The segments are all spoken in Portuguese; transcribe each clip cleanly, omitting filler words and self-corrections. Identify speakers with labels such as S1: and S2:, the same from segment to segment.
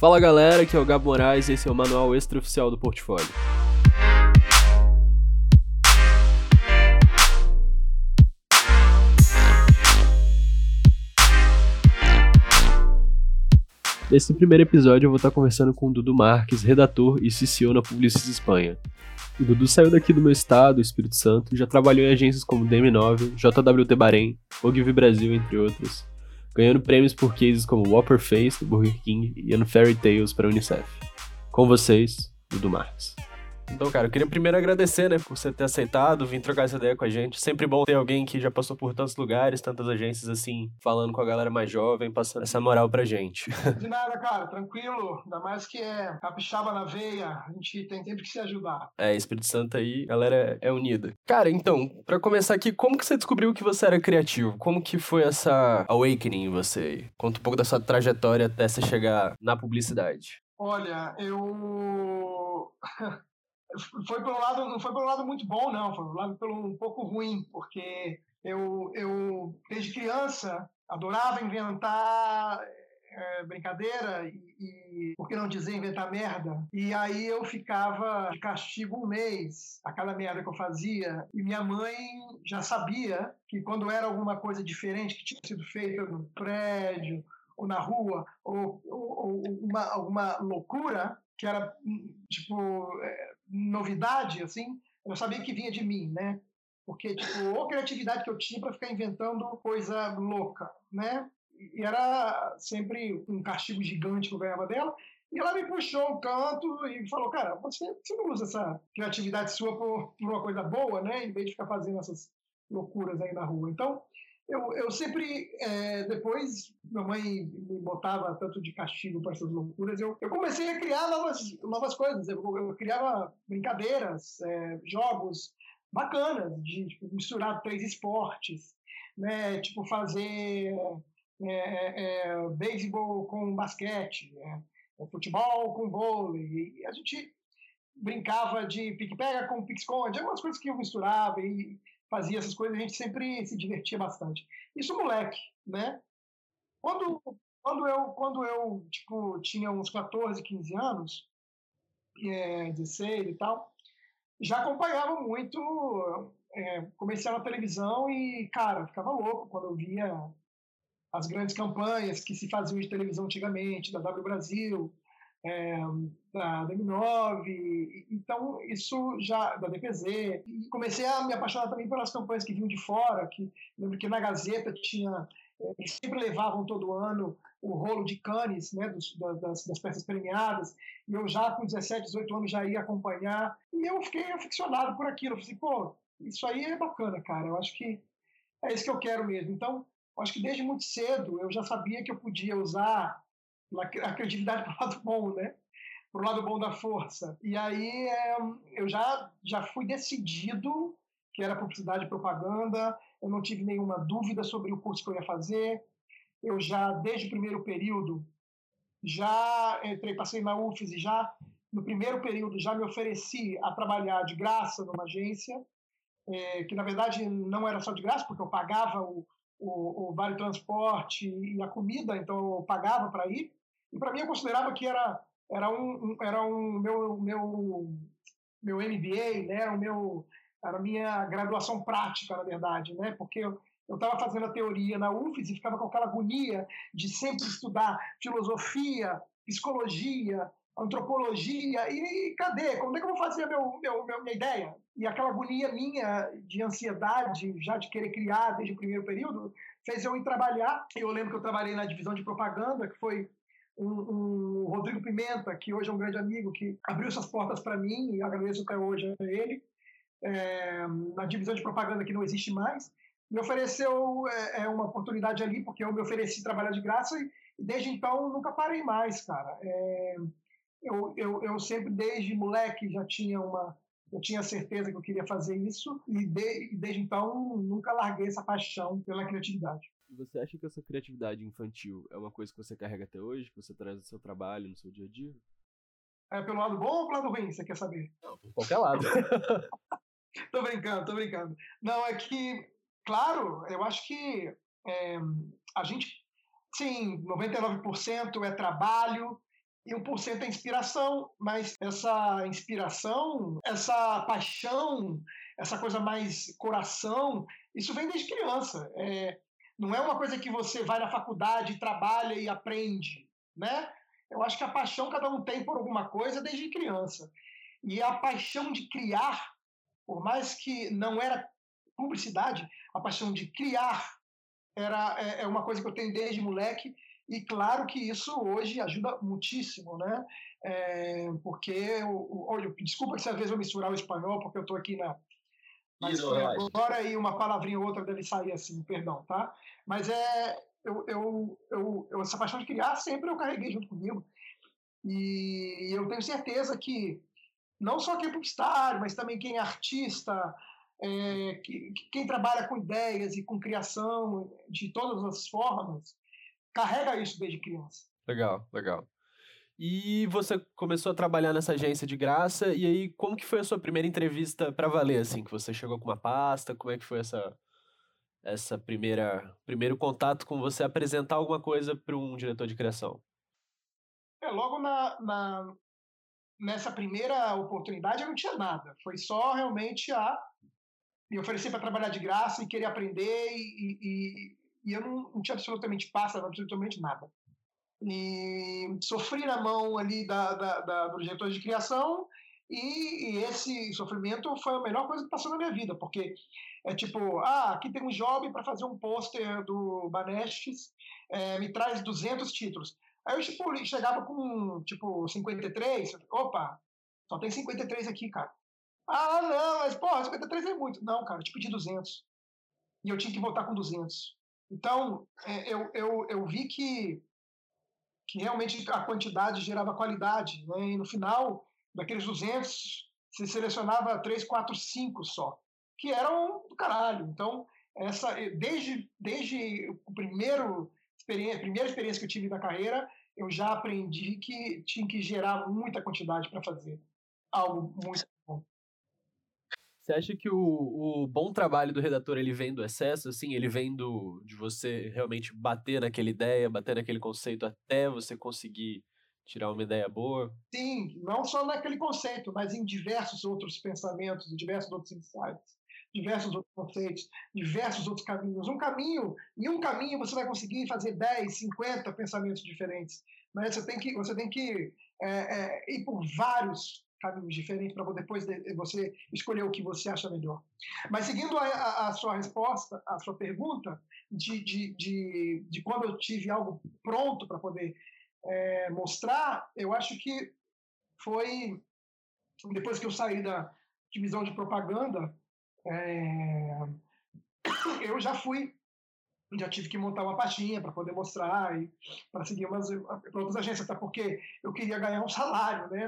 S1: Fala galera, aqui é o Gabo Moraes e esse é o Manual Extraoficial do Portfólio. Nesse primeiro episódio eu vou estar conversando com o Dudu Marques, redator e CCO na Publicis Espanha. O Dudu saiu daqui do meu estado, Espírito Santo, e já trabalhou em agências como DM9, JWT Bahrein, Ogilvy Brasil, entre outras, ganhando prêmios por cases como Whopper Face, do Burger King, e Unfairy Tales para a Unicef. Com vocês, Dudu Marques. Então, cara, eu queria primeiro agradecer, por você ter aceitado, vir trocar essa ideia com a gente. Sempre bom ter alguém que já passou por tantos lugares, tantas agências assim, falando com a galera mais jovem, passando essa moral pra gente.
S2: De nada, cara, tranquilo. Ainda mais que é capixaba na veia, a gente tem sempre que se ajudar.
S1: Espírito Santo aí, a galera é unida. Cara, então, pra começar aqui, como que você descobriu que você era criativo? Como que foi essa awakening em você? Conta um pouco da sua trajetória até você chegar na publicidade.
S2: Olha, foi pelo lado, não foi pelo lado muito bom, não. Foi pelo lado um pouco ruim, porque eu desde criança, adorava inventar brincadeira e, por que não dizer, inventar merda. E aí eu ficava de castigo um mês a cada merda que eu fazia. E minha mãe já sabia que quando era alguma coisa diferente que tinha sido feita no prédio ou na rua, ou alguma loucura que era, tipo, novidade, assim, eu sabia que vinha de mim, né? Porque, tipo, a criatividade que eu tinha para ficar inventando coisa louca, né? E era sempre um castigo gigante que eu ganhava dela. E ela me puxou um canto e falou, cara, você não usa essa criatividade sua por uma coisa boa, né? Em vez de ficar fazendo essas loucuras aí na rua. Então, eu sempre, depois, minha mãe me botava tanto de castigo para essas loucuras, eu comecei a criar novas coisas. Eu criava brincadeiras, jogos bacanas, de tipo, misturar 3 esportes, né? Tipo, fazer beisebol com basquete, futebol com vôlei. E a gente brincava de pique-pega com pique-esconde, algumas coisas que eu misturava e fazia essas coisas, a gente sempre se divertia bastante. Isso moleque, né? Quando eu tipo, tinha uns 14, 15 anos, 16 e tal, já acompanhava muito comercial na televisão e, cara, ficava louco quando eu via as grandes campanhas que se faziam de televisão antigamente, da W Brasil, da DM9, então isso já, da DPZ, e comecei a me apaixonar também pelas campanhas que vinham de fora, que lembro que na Gazeta tinha, eles sempre levavam todo ano o rolo de Cannes, né, das peças premiadas, e eu já com 17, 18 anos já ia acompanhar, e eu fiquei aficionado por aquilo, eu falei, pô, isso aí é bacana, cara, eu acho que é isso que eu quero mesmo. Então, acho que desde muito cedo eu já sabia que eu podia usar a criatividade para o lado bom, né? Para o lado bom da força. E aí eu já fui decidido que era publicidade e propaganda, eu não tive nenhuma dúvida sobre o curso que eu ia fazer. Eu já, desde o primeiro período, já passei na UFES e já, no primeiro período, já me ofereci a trabalhar de graça numa agência, que na verdade não era só de graça, porque eu pagava o vale transporte e a comida, então eu pagava para ir. E para mim eu considerava que era um meu MBA, né? Era a minha graduação prática, na verdade, né? Porque eu estava fazendo a teoria na UFES e ficava com aquela agonia de sempre estudar filosofia, psicologia, antropologia, e cadê? Como é que eu vou fazer minha ideia? E aquela agonia minha de ansiedade, já de querer criar desde o primeiro período, fez eu ir trabalhar. Eu lembro que eu trabalhei na divisão de propaganda, que foi um Rodrigo Pimenta, que hoje é um grande amigo, que abriu essas portas para mim, e agradeço até hoje a ele, na divisão de propaganda que não existe mais, me ofereceu uma oportunidade ali, porque eu me ofereci trabalhar de graça, e desde então nunca parei mais, cara. Eu sempre, desde moleque, eu tinha certeza que eu queria fazer isso, e desde então nunca larguei essa paixão pela criatividade.
S1: Você acha que essa criatividade infantil é uma coisa que você carrega até hoje, que você traz no seu trabalho, no seu dia a dia?
S2: Pelo lado bom ou pelo lado ruim, você quer saber?
S1: Não, por qualquer lado.
S2: Tô brincando. Não, é que, claro, eu acho que a gente, sim, 99% é trabalho, e 1% é inspiração, mas essa inspiração, essa paixão, essa coisa mais coração, isso vem desde criança. Não é uma coisa que você vai na faculdade, trabalha e aprende, né? Eu acho que a paixão cada um tem por alguma coisa desde criança. E a paixão de criar, por mais que não era publicidade, a paixão de criar é uma coisa que eu tenho desde moleque. E claro que isso hoje ajuda muitíssimo, né? Porque, olha, desculpa que às vezes eu misturar o espanhol, porque eu estou aqui mas agora aí uma palavrinha ou outra deve sair assim, perdão, tá? Mas essa paixão de criar sempre eu carreguei junto comigo. E eu tenho certeza que não só quem é publicitário, mas também quem é artista, quem trabalha com ideias e com criação de todas as formas, carrega isso desde criança.
S1: Legal, legal. E você começou a trabalhar nessa agência de graça, e aí como que foi a sua primeira entrevista para valer, assim, que você chegou com uma pasta, como é que foi essa primeiro contato com você apresentar alguma coisa para um diretor de criação?
S2: Logo nessa primeira oportunidade eu não tinha nada, foi só realmente me oferecer para trabalhar de graça e querer aprender, e eu não tinha absolutamente pasta, absolutamente nada. E sofri na mão ali do diretor de criação, e esse sofrimento foi a melhor coisa que passou na minha vida, porque é tipo, aqui tem um job para fazer um pôster do Banestes, me traz 200 títulos. Aí eu chegava com 53, opa, só tem 53 aqui, cara. Não, mas porra, 53 é muito. Não, cara, eu te pedi 200. E eu tinha que voltar com 200. Então, eu vi que realmente a quantidade gerava qualidade, né? E no final, daqueles 200, se selecionava 3, 4, 5 só, que eram do caralho. Então, desde a primeira experiência que eu tive na carreira, eu já aprendi que tinha que gerar muita quantidade para fazer algo muito bom.
S1: Você acha que o bom trabalho do redator, ele vem do excesso, assim? Ele vem de você realmente bater naquela ideia, bater naquele conceito até você conseguir tirar uma ideia boa?
S2: Sim, não só naquele conceito, mas em diversos outros pensamentos, em diversos outros insights, diversos outros conceitos, diversos outros caminhos. Em um caminho você vai conseguir fazer 10, 50 pensamentos diferentes. Mas você tem que ir por vários caminhos diferentes para depois você escolher o que você acha melhor. Mas seguindo a sua resposta, a sua pergunta, de quando eu tive algo pronto para poder mostrar, eu acho que foi depois que eu saí da divisão de propaganda, eu já tive que montar uma pastinha para poder mostrar e para seguir para outras agências, até porque eu queria ganhar um salário, né?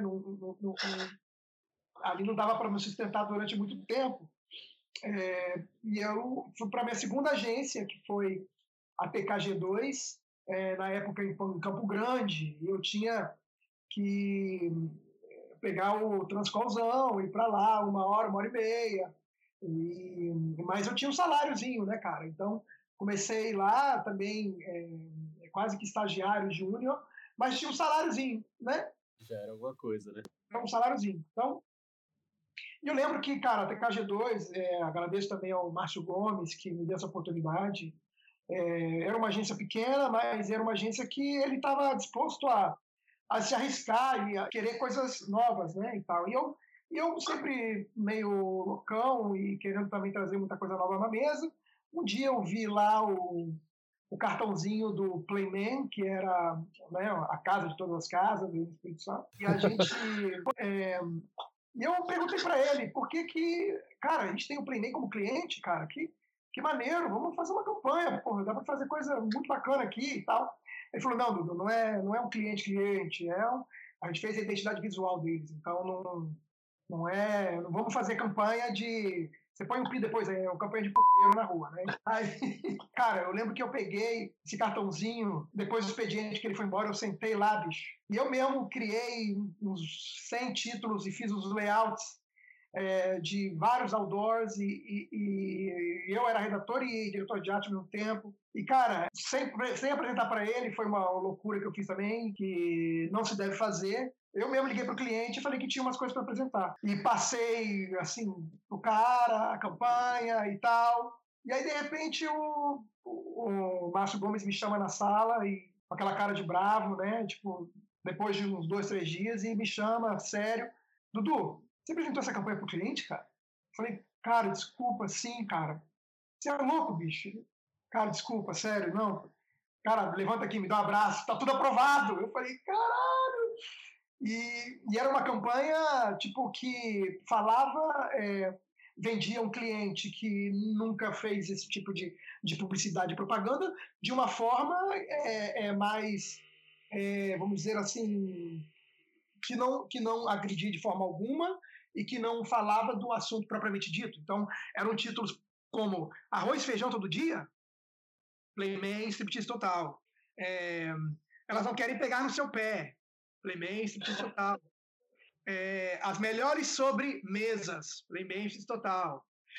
S2: Ali não dava para me sustentar durante muito tempo. E eu fui para a minha segunda agência, que foi a TKG2, na época em Campo Grande. Eu tinha que pegar o Transcolzão, ir para lá 1 hora e meia. Mas eu tinha um saláriozinho, né, cara? Então, comecei lá também, quase que estagiário júnior, mas tinha um saláriozinho, né?
S1: Já era alguma coisa, né?
S2: Era um saláriozinho. Então, eu lembro que, cara, a TKG2, agradeço também ao Márcio Gomes, que me deu essa oportunidade. Era uma agência pequena, mas era uma agência que ele estava disposto a se arriscar e a querer coisas novas, né, e tal. E eu sempre meio loucão e querendo também trazer muita coisa nova na mesa. Um dia eu vi lá o cartãozinho do Playman, que era, né, a casa de todas as casas do Espírito Santo. E a gente... e eu perguntei para ele, por que, cara, a gente tem o Playman como cliente, cara, que maneiro, vamos fazer uma campanha, porra, dá para fazer coisa muito bacana aqui e tal. Ele falou, não, Dudu, não é um cliente, a gente fez a identidade visual deles, então não vamos fazer campanha de... Você põe um pi depois, é uma campanha de puteiro na rua, né? Aí, cara, eu lembro que eu peguei esse cartãozinho, depois do expediente que ele foi embora, eu sentei lá, bicho. E eu mesmo criei uns 100 títulos e fiz os layouts de vários outdoors, e eu era redator e diretor de arte ao mesmo tempo. E, cara, sem apresentar para ele, foi uma loucura que eu fiz também, que não se deve fazer. Eu mesmo liguei para o cliente e falei que tinha umas coisas para apresentar. E passei, assim, o cara, a campanha e tal. E aí, de repente, o Márcio Gomes me chama na sala, e com aquela cara de bravo, né? Tipo, depois de uns 2, 3 dias, e me chama, sério. Dudu, você apresentou essa campanha pro cliente, cara? Eu falei, cara, desculpa, sim, cara. Você é louco, bicho? Cara, desculpa, sério, não. Cara, levanta aqui, me dá um abraço, tá tudo aprovado. Eu falei, caralho! E era uma campanha, tipo, que falava, vendia um cliente que nunca fez esse tipo de publicidade e propaganda de uma forma mais, vamos dizer assim, que não agredia de forma alguma e que não falava do assunto propriamente dito. Então, eram títulos como Arroz e Feijão Todo Dia, Playman, Striptease Total. Elas não querem pegar no seu pé, Playman, Striptease Total. As melhores sobremesas, Playman, Striptease Total.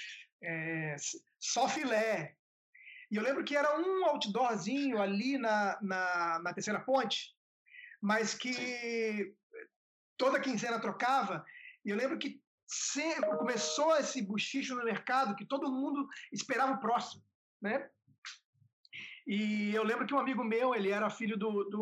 S2: Só filé. E eu lembro que era um outdoorzinho ali na Terceira Ponte, mas que toda quinzena trocava, e eu lembro que sempre começou esse buchicho no mercado, que todo mundo esperava o próximo, né? E eu lembro que um amigo meu, ele era filho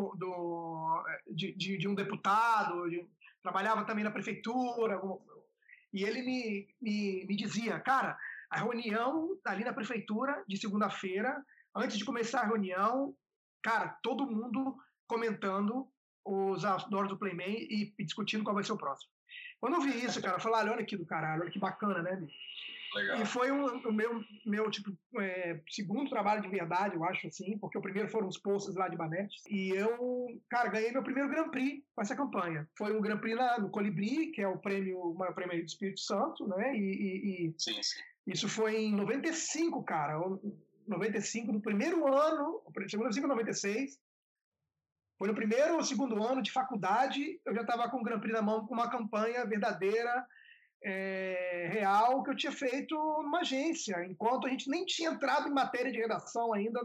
S2: de um deputado, trabalhava também na prefeitura, e ele me dizia, cara, a reunião ali na prefeitura, de segunda-feira, antes de começar a reunião, cara, todo mundo comentando os outdoors do Playman e discutindo qual vai ser o próximo. Quando eu vi isso, cara, eu falei, olha aqui do caralho, olha que bacana, né, bicho? Legal. E foi o meu tipo, segundo trabalho de verdade, eu acho, assim, porque o primeiro foram os posters lá de Banetes, e eu, cara, ganhei meu primeiro Grand Prix com essa campanha. Foi um Grand Prix lá no Colibri, que é o maior prêmio do Espírito Santo, né,
S3: Sim.
S2: Isso foi em 95, cara, 95, no primeiro ano, segundo 96, foi no primeiro ou segundo ano de faculdade, eu já estava com o Grand Prix na mão, com uma campanha verdadeira, real, que eu tinha feito numa agência, enquanto a gente nem tinha entrado em matéria de redação ainda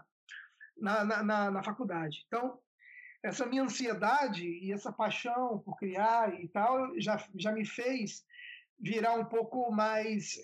S2: na faculdade. Então, essa minha ansiedade e essa paixão por criar e tal, já me fez virar um pouco mais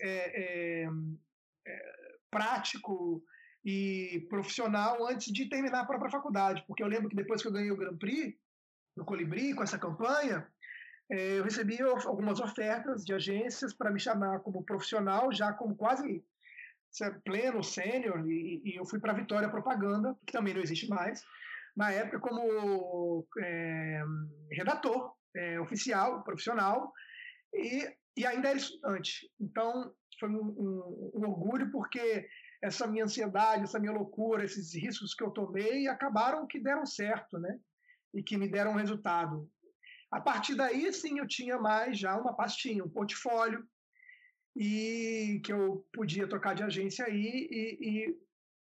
S2: prático e profissional antes de terminar a própria faculdade, porque eu lembro que depois que eu ganhei o Grand Prix no Colibri, com essa campanha, eu recebi algumas ofertas de agências para me chamar como profissional, já como quase pleno, sênior, e eu fui para a Vitória Propaganda, que também não existe mais, na época como redator oficial, profissional, e ainda era estudante. Então, foi um orgulho, porque essa minha ansiedade, essa minha loucura, esses riscos que eu tomei acabaram que deram certo, né? E que me deram resultado. A partir daí, sim, eu tinha mais já uma pastinha, um portfólio, e que eu podia trocar de agência aí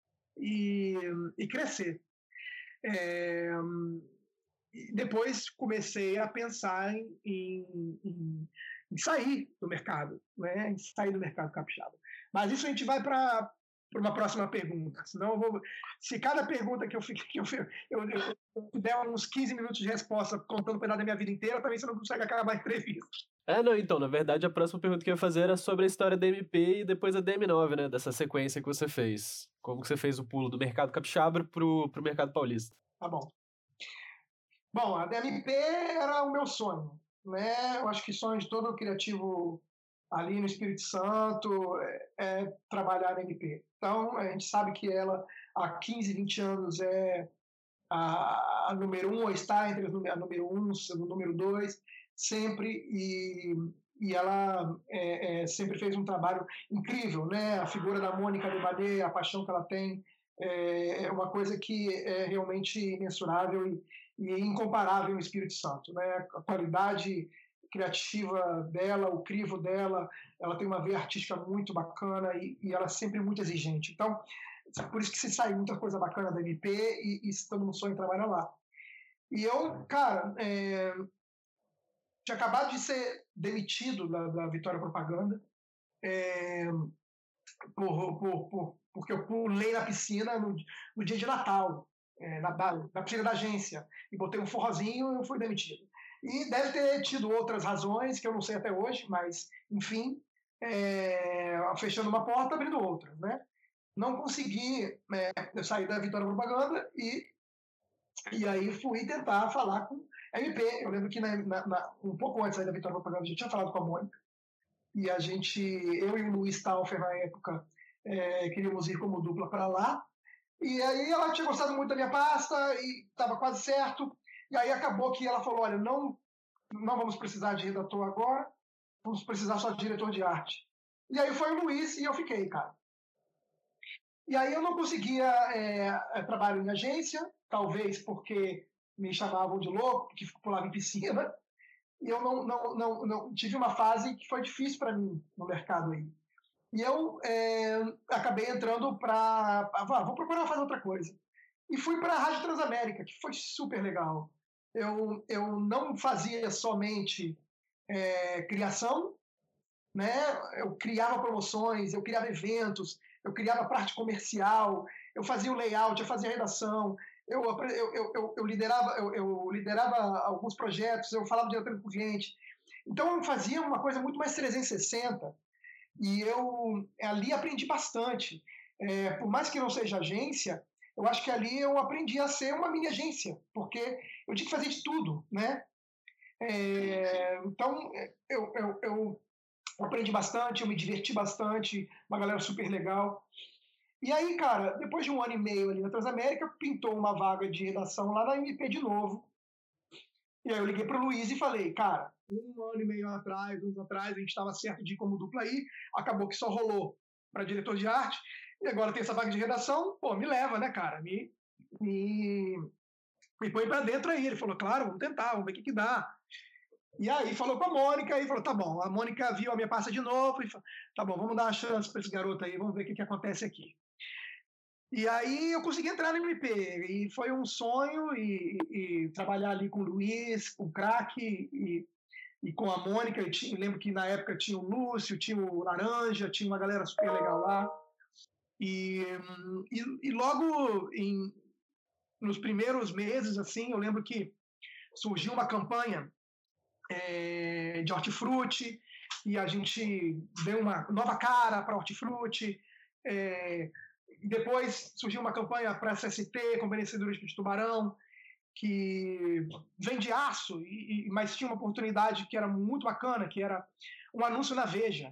S2: e crescer. E depois comecei a pensar em sair do mercado, né? Em sair do mercado capixaba. Mas isso a gente vai para uma próxima pergunta. Senão se cada pergunta que eu der uns 15 minutos de resposta contando um pedaço da minha vida inteira, também você não consegue acabar a entrevista.
S1: Não, então, na verdade, a próxima pergunta que eu ia fazer era sobre a história da MP e depois a DM9, né? Dessa sequência que você fez. Como que você fez o pulo do mercado capixaba pro mercado paulista?
S2: Tá bom. Bom, a DMP era o meu sonho, né? Eu acho que sonho de todo criativo ali no Espírito Santo é trabalhar na MP. Então, a gente sabe que ela, há 15, 20 anos, é a número 1, ou está entre a número 1 e o número 2, sempre, e ela sempre fez um trabalho incrível, né? A figura da Mônica Debané, a paixão que ela tem, é uma coisa que é realmente imensurável e incomparável no Espírito Santo, né? A qualidade criativa dela, o crivo dela, ela tem uma veia artística muito bacana e ela é sempre muito exigente. Então, por isso que se sai muita coisa bacana da MP e todo mundo sonha em trabalhar lá. E eu, cara, tinha acabado de ser demitido da Vitória Propaganda, porque eu pulei na piscina no dia de Natal, na piscina da agência, e botei um forrozinho e eu fui demitido. E deve ter tido outras razões, que eu não sei até hoje, mas, enfim, fechando uma porta, abrindo outra, né? Não consegui sair da Vitória Propaganda e aí fui tentar falar com a MP. Eu lembro que um pouco antes da Vitória Propaganda, eu já tinha falado com a Mônica, e eu e o Luiz Taufer, na época, queríamos ir como dupla para lá, e aí ela tinha gostado muito da minha pasta e estava quase certo, e aí acabou que ela falou, olha, não vamos precisar de redator agora, vamos precisar só de diretor de arte. E aí foi o Luiz e eu fiquei, cara. E aí eu não conseguia trabalho em agência, talvez porque me chamavam de louco, porque pulava em piscina, e eu não tive uma fase que foi difícil para mim no mercado aí. E eu acabei entrando vou procurar fazer outra coisa. E fui para a Rádio Transamérica, que foi super legal. Eu não fazia somente criação, né? Eu criava promoções, eu criava eventos, eu criava parte comercial, eu fazia o layout, eu fazia a redação, eu liderava alguns projetos, eu falava diretamente com o cliente. Então eu fazia uma coisa muito mais 360 e eu ali aprendi bastante. Por mais que não seja agência, eu acho que ali eu aprendi a ser uma mini agência, porque eu tinha que fazer de tudo, né? Então eu aprendi bastante, eu me diverti bastante, uma galera super legal. E aí, cara, depois de 1 ano e meio ali na Transamérica, pintou uma vaga de redação lá na MP de novo. E aí eu liguei pro Luiz e falei, cara, 1 ano e meio atrás, a gente estava certo de ir como dupla aí, acabou que só rolou para diretor de arte, e agora tem essa vaga de redação, pô, me leva, né, cara? Me põe para dentro aí. Ele falou, claro, vamos tentar, vamos ver o que dá. E aí falou com a Mônica e falou, tá bom. A Mônica viu a minha pasta de novo e falou, tá bom, vamos dar uma chance para esse garoto aí, vamos ver o que acontece aqui. E aí eu consegui entrar no MP e foi um sonho e trabalhar ali com o Luiz, com o Craque e com a Mônica. Eu lembro que na época tinha o Lúcio, tinha o Laranja, tinha uma galera super legal lá. E logo nos primeiros meses, assim, eu lembro que surgiu uma campanha de hortifruti, e a gente deu uma nova cara para hortifruti. Depois surgiu uma campanha para a CST, Companhia Siderúrgica de Tubarão, que vende aço, mas tinha uma oportunidade que era muito bacana, que era um anúncio na Veja.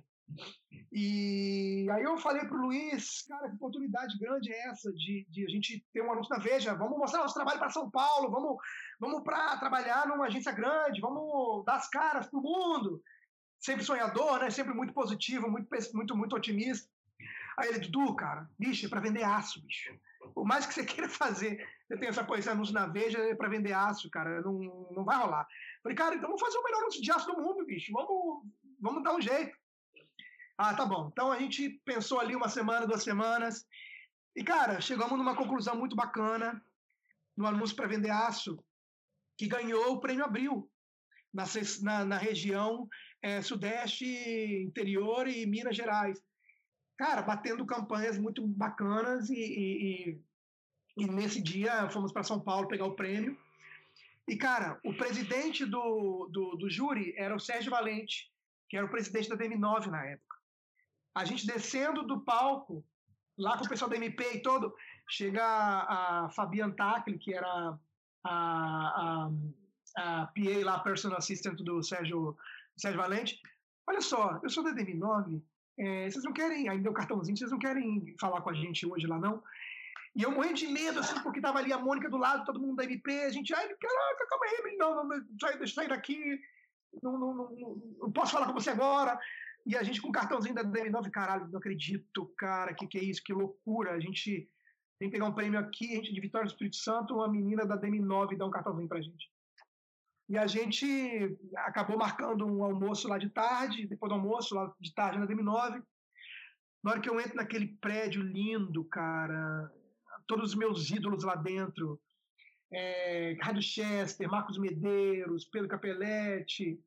S2: E aí eu falei pro Luiz, cara, que oportunidade grande é essa de a gente ter um anúncio na Veja, vamos mostrar nosso trabalho para São Paulo, vamos para trabalhar numa agência grande, vamos dar as caras pro mundo. Sempre sonhador, né? Sempre muito positivo, muito otimista. Aí ele, Dudu, cara, bicho, é para vender aço, bicho. Por mais que você queira fazer, você tem esse anúncio na Veja, é para vender aço, cara, não vai rolar. Falei, cara, então vamos fazer o melhor anúncio de aço do mundo, bicho, vamos dar um jeito. Ah, tá bom. Então a gente pensou ali 1 semana, 2 semanas. E, cara, chegamos numa conclusão muito bacana no anúncio para vender aço, que ganhou o Prêmio Abril na região Sudeste, Interior e Minas Gerais. Cara, batendo campanhas muito bacanas e nesse dia fomos para São Paulo pegar o prêmio. E, cara, o presidente do júri era o Sérgio Valente, que era o presidente da DM9 na época. A gente descendo do palco, lá com o pessoal da MP e todo, chega a Fabiana Tacli, que era a PA lá, Personal Assistant do Sérgio Valente. Olha só, eu sou da DM9, vocês não querem, aí me deu cartãozinho, vocês não querem falar com a gente hoje lá, não? E eu morrendo de medo, assim, porque tava ali a Mônica do lado, todo mundo da MP, a gente, caraca, calma aí, não, deixa eu sair daqui, não posso falar com você agora. E a gente com o cartãozinho da DM9, caralho, não acredito, cara, que é isso, que loucura. A gente tem que pegar um prêmio aqui, a gente de Vitória do Espírito Santo, uma menina da DM9 dá um cartãozinho pra gente. E a gente acabou marcando um almoço lá de tarde, depois do almoço lá de tarde na DM9. Na hora que eu entro naquele prédio lindo, cara, todos os meus ídolos lá dentro, Rádio Chester, Marcos Medeiros, Pedro Capelletti,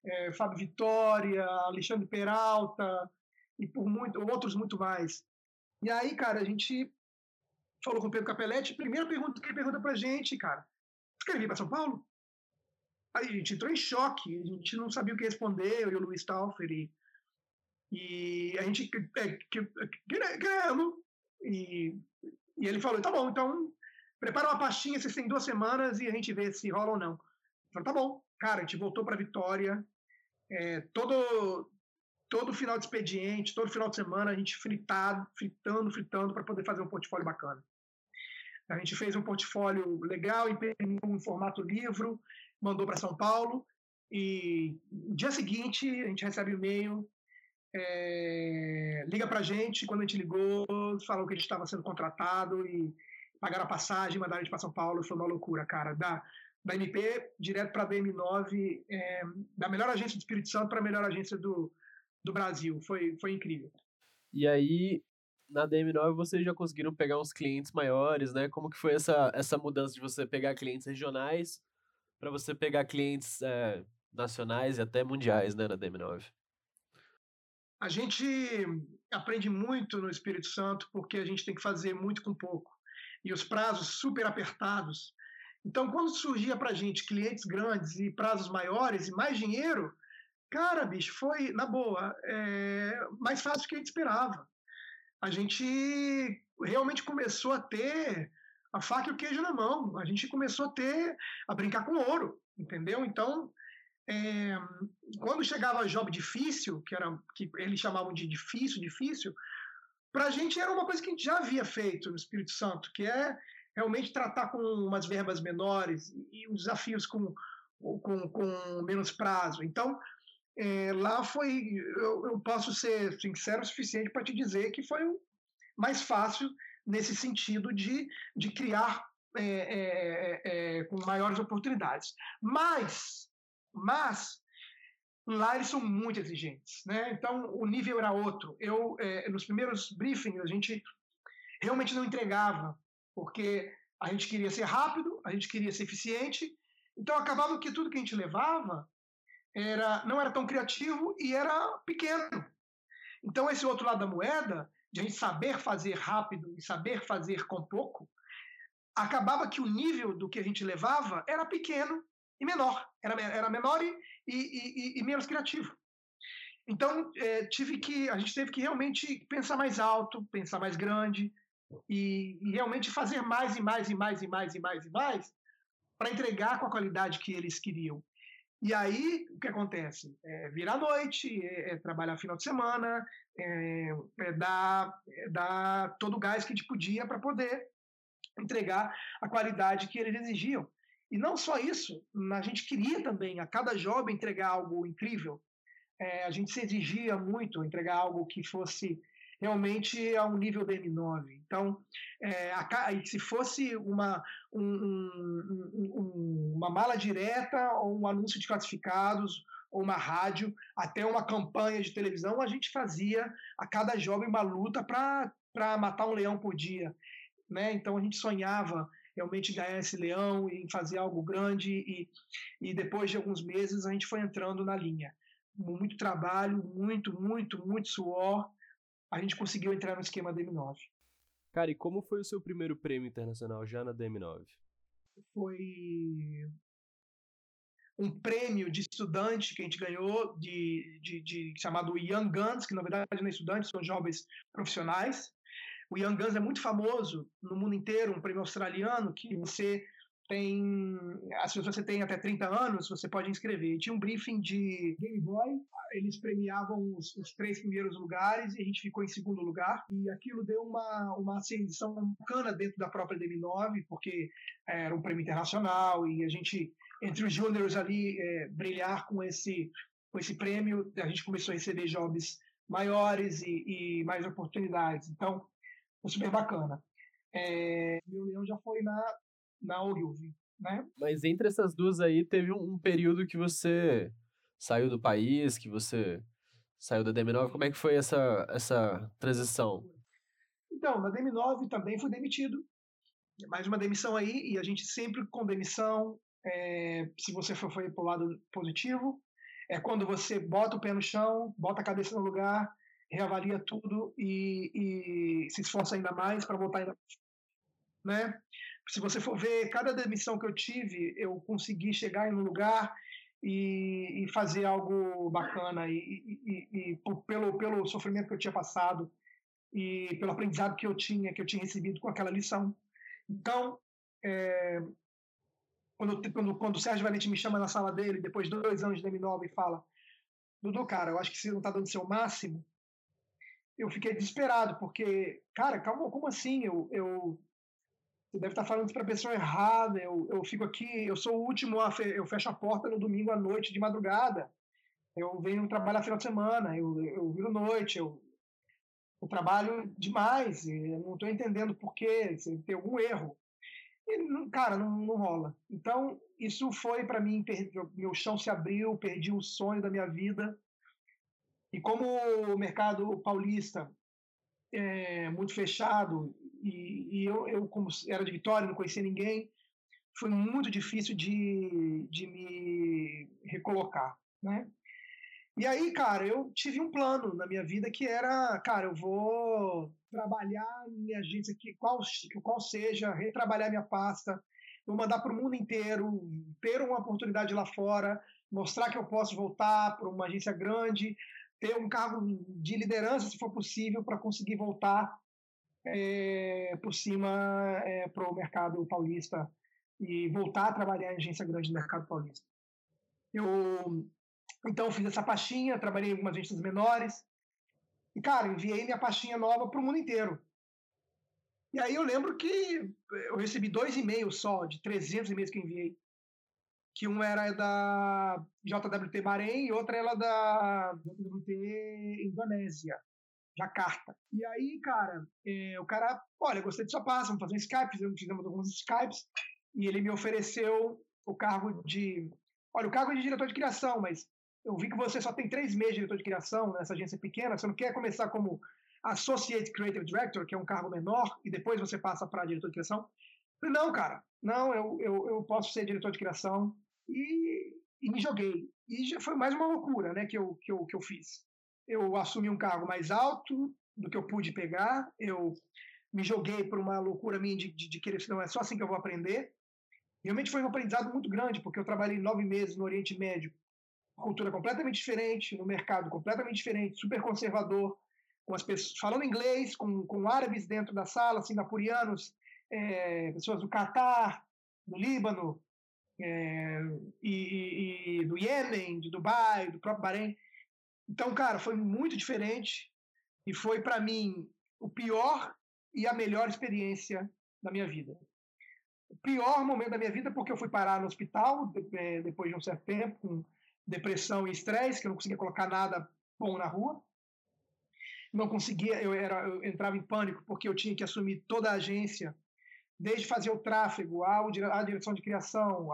S2: Fábio Vitória, Alexandre Peralta e outros muito mais. E aí, cara, a gente falou com o Pedro Capelletti, primeira pergunta que ele pergunta pra gente, cara, você quer vir para São Paulo? Aí a gente entrou em choque, a gente não sabia o que responder, eu e o Luiz Taufer, e a gente queremos. E ele falou, tá bom, então prepara uma pastinha, vocês têm 2 semanas e a gente vê se rola ou não. Eu falei, tá bom. Cara, a gente voltou para Vitória, todo final de expediente, todo final de semana, a gente fritando para poder fazer um portfólio bacana. A gente fez um portfólio legal, imprimiu em formato livro, mandou para São Paulo, e no dia seguinte a gente recebe um e-mail, liga pra gente, quando a gente ligou, falou que a gente estava sendo contratado e pagaram a passagem, mandaram a gente para São Paulo, foi uma loucura, cara. Da MP direto para a DM9, da melhor agência do Espírito Santo para a melhor agência do Brasil, foi incrível.
S1: E aí, na DM9 vocês já conseguiram pegar uns clientes maiores, né? Como que foi essa mudança de você pegar clientes regionais para você pegar clientes nacionais e até mundiais, né, na DM9?
S2: A gente aprende muito no Espírito Santo porque a gente tem que fazer muito com pouco. E os prazos super apertados. Então, quando surgia para a gente clientes grandes e prazos maiores e mais dinheiro, cara, bicho, foi, na boa, mais fácil do que a gente esperava. A gente realmente começou a ter a faca e o queijo na mão. A gente começou a brincar com ouro, entendeu? Então, quando chegava job difícil, que eles chamavam de difícil, para a gente era uma coisa que a gente já havia feito no Espírito Santo, que é realmente tratar com umas verbas menores e os desafios com menos prazo. Então, lá eu posso ser sincero o suficiente para te dizer que foi mais fácil nesse sentido de criar com maiores oportunidades. Mas lá eles são muito exigentes, né? Então o nível era outro. Nos primeiros briefings a gente realmente não entregava, porque a gente queria ser rápido, a gente queria ser eficiente, então acabava que tudo que a gente levava não era tão criativo e era pequeno. Então esse outro lado da moeda, de a gente saber fazer rápido e saber fazer com pouco, acabava que o nível do que a gente levava era pequeno e menor. Era menor e menos criativo. Então, a gente teve que realmente pensar mais alto, pensar mais grande e realmente fazer mais para entregar com a qualidade que eles queriam. E aí, o que acontece? Virar à noite, trabalhar final de semana, dar todo o gás que a gente podia para poder entregar a qualidade que eles exigiam. E não só isso, a gente queria também, a cada job, entregar algo incrível. A gente se exigia muito entregar algo que fosse realmente a um nível DM9. Então, se fosse uma mala direta ou um anúncio de classificados ou uma rádio, até uma campanha de televisão, a gente fazia a cada job uma luta para matar um leão por dia. Né? Então, a gente sonhava realmente ganhar esse leão e fazer algo grande e depois de alguns meses a gente foi entrando na linha. Muito trabalho, muito suor, a gente conseguiu entrar no esquema DM9.
S1: Cara, e como foi o seu primeiro prêmio internacional já na DM9?
S2: Foi um prêmio de estudante que a gente ganhou, chamado Young Guns, que na verdade não é estudante, são jovens profissionais. O Young Guns é muito famoso no mundo inteiro, um prêmio australiano que você se você tem até 30 anos, você pode inscrever. E tinha um briefing de Game Boy, eles premiavam os 3 primeiros lugares e a gente ficou em segundo lugar. E aquilo deu uma ascensão bacana dentro da própria DM9, porque era um prêmio internacional e a gente, entre os juniors ali, brilhar com esse prêmio, a gente começou a receber jobs maiores e mais oportunidades. Então, foi super bacana. Meu leão já foi na Ogilvy, né?
S1: Mas entre essas duas aí, teve um período que você saiu do país, que você saiu da DM9. Como é que foi essa transição?
S2: Então, na DM9 também fui demitido. Mais uma demissão aí, e a gente sempre com demissão, se você foi para o lado positivo, É quando você bota o pé no chão, bota a cabeça no lugar, reavalia tudo e se esforça ainda mais para voltar ainda mais, né? Se você for ver, cada demissão que eu tive, eu consegui chegar em um lugar e fazer algo bacana pelo sofrimento que eu tinha passado e pelo aprendizado que eu tinha recebido com aquela lição. Então, quando o Sérgio Valente me chama na sala dele, depois de 2 anos de M9, e fala: Dudu, cara, eu acho que você não está dando o seu máximo, eu fiquei desesperado, porque, cara, calma, como assim? Você deve estar falando isso para a pessoa errada, eu fico aqui, eu sou o último, eu fecho a porta no domingo à noite, de madrugada, eu venho trabalhar final de semana, eu viro noite, eu trabalho demais, e eu não estou entendendo por quê, se tem algum erro. E, cara, não rola. Então, isso foi para mim, meu chão se abriu, perdi o sonho da minha vida. E como o mercado paulista é muito fechado, e eu, como era de Vitória, não conhecia ninguém, foi muito difícil de me recolocar, né? E aí, cara, eu tive um plano na minha vida que era, cara, eu vou trabalhar em minha agência, qual seja, retrabalhar minha pasta, vou mandar para o mundo inteiro, ter uma oportunidade lá fora, mostrar que eu posso voltar para uma agência grande, ter um cargo de liderança, se for possível, para conseguir voltar por cima para o mercado paulista e voltar a trabalhar em agência grande do mercado paulista. Então, fiz essa pastinha, trabalhei em algumas agências menores e, cara, enviei minha pastinha nova para o mundo inteiro. E aí eu lembro que eu recebi 2 e-mails só, de 300 e-mails que eu enviei. Que um era da JWT Bahrein e outra era da JWT Indonésia, Jakarta. E aí, cara, o cara, olha, gostei de sua pasta, vamos fazer um Skype, fizemos alguns Skypes, e ele me ofereceu o cargo de... Olha, o cargo é de diretor de criação, mas eu vi que você só tem 3 meses de diretor de criação nessa agência pequena, você não quer começar como Associate Creative Director, que é um cargo menor, e depois você passa para diretor de criação? Eu falei, não, cara, não, eu posso ser diretor de criação, e me joguei. E já foi mais uma loucura, né, que eu fiz. Eu assumi um cargo mais alto do que eu pude pegar, eu me joguei por uma loucura minha de querer, não, é só assim que eu vou aprender. Realmente foi um aprendizado muito grande, porque eu trabalhei 9 meses no Oriente Médio, cultura completamente diferente, no mercado completamente diferente, super conservador, com as pessoas falando inglês, com árabes dentro da sala, singapurianos, pessoas do Catar, do Líbano, e do Iêmen, de Dubai, do próprio Bahrein. Então, cara, foi muito diferente e foi, para mim, o pior e a melhor experiência da minha vida. O pior momento da minha vida porque eu fui parar no hospital depois de um certo tempo, com depressão e estresse, que eu não conseguia colocar nada bom na rua. Não conseguia, eu entrava em pânico porque eu tinha que assumir toda a agência, desde fazer o tráfego, a direção de criação,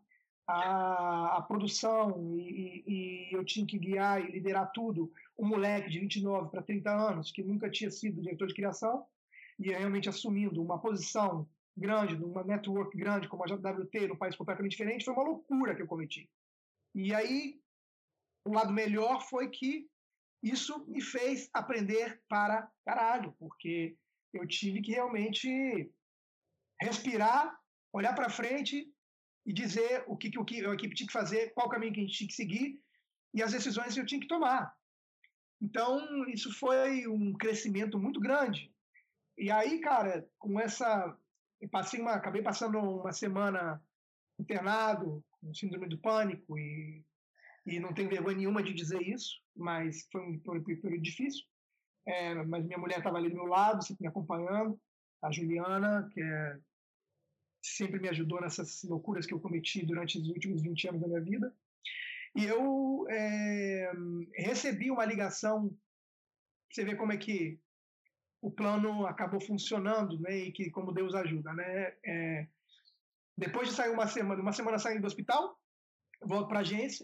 S2: a produção, e eu tinha que guiar e liderar tudo. Um moleque de 29 para 30 anos, que nunca tinha sido diretor de criação, e realmente assumindo uma posição grande, numa network grande como a JWT, num país completamente diferente, foi uma loucura que eu cometi. E aí, o lado melhor foi que isso me fez aprender para caralho, porque eu tive que realmente respirar, olhar para frente e dizer o que a equipe tinha que fazer, qual caminho que a gente tinha que seguir e as decisões que eu tinha que tomar. Então, isso foi um crescimento muito grande. E aí, cara, com essa... acabei passando uma semana internado, com síndrome do pânico, e não tenho vergonha nenhuma de dizer isso, mas foi um período difícil. Mas minha mulher estava ali do meu lado, sempre me acompanhando, a Juliana, que sempre me ajudou nessas loucuras que eu cometi durante os últimos 20 anos da minha vida. E eu recebi uma ligação, você vê como é que o plano acabou funcionando, né, e que como Deus ajuda, né? Depois de sair uma semana saindo do hospital, volto para a agência,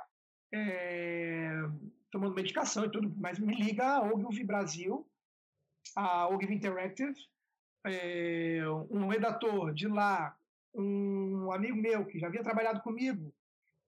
S2: tomando medicação e tudo, mas me liga a Ogilvy Brasil, a Ogilvy Interactive, um redator de lá, um amigo meu que já havia trabalhado comigo,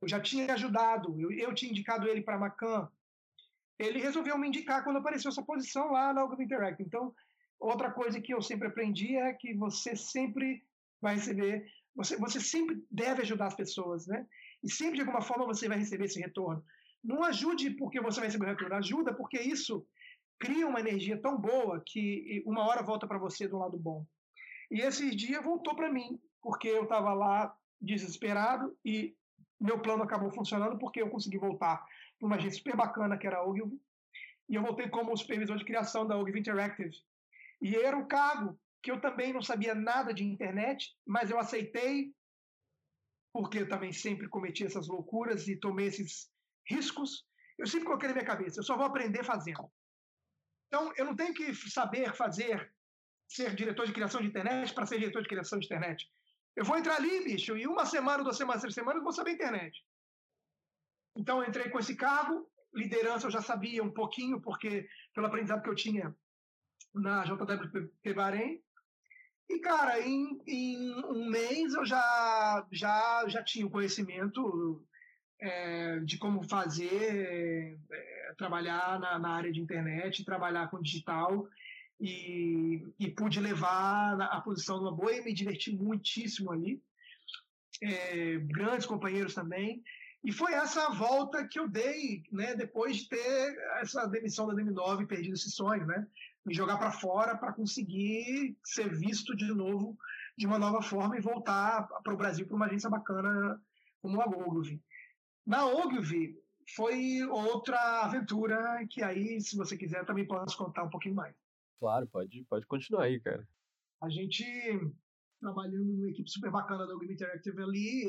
S2: eu já tinha ajudado, eu tinha indicado ele para a Macan, ele resolveu me indicar quando apareceu essa posição lá na Ogilvy Interactive. Então, outra coisa que eu sempre aprendi é que você sempre vai receber, você sempre deve ajudar as pessoas, né? E sempre, de alguma forma, você vai receber esse retorno. Não ajude porque você vai receber o retorno, ajuda porque isso cria uma energia tão boa que uma hora volta para você do lado bom. E esses dias voltou para mim, porque eu estava lá desesperado e meu plano acabou funcionando porque eu consegui voltar para uma agência super bacana que era a Ogilvy, e eu voltei como supervisor de criação da Ogilvy Interactive. E era um cargo que eu também não sabia nada de internet, mas eu aceitei, porque eu também sempre cometi essas loucuras e tomei esses riscos. Eu sempre coloquei na minha cabeça, eu só vou aprender fazendo. Então, eu não tenho que saber fazer, ser diretor de criação de internet para ser diretor de criação de internet. Eu vou entrar ali, bicho, e uma semana, 2 semanas, 3 semanas, eu vou saber internet. Então, eu entrei com esse cargo. Liderança eu já sabia um pouquinho, porque pelo aprendizado que eu tinha na JWT Bahrein. E, cara, em um mês eu já tinha o conhecimento de como fazer, trabalhar na área de internet, trabalhar com digital, e pude levar a posição numa boa e me diverti muitíssimo ali. Grandes companheiros também. E foi essa volta que eu dei, né, depois de ter essa demissão da DM9 e perdido esse sonho, né? Me jogar para fora para conseguir ser visto de novo, de uma nova forma, e voltar para o Brasil para uma agência bacana como a Ogilvy. Na Ogilvy foi outra aventura que aí, se você quiser, também posso contar um pouquinho mais.
S1: Claro, pode continuar aí, cara.
S2: A gente, trabalhando numa equipe super bacana da Ogilvy Interactive ali,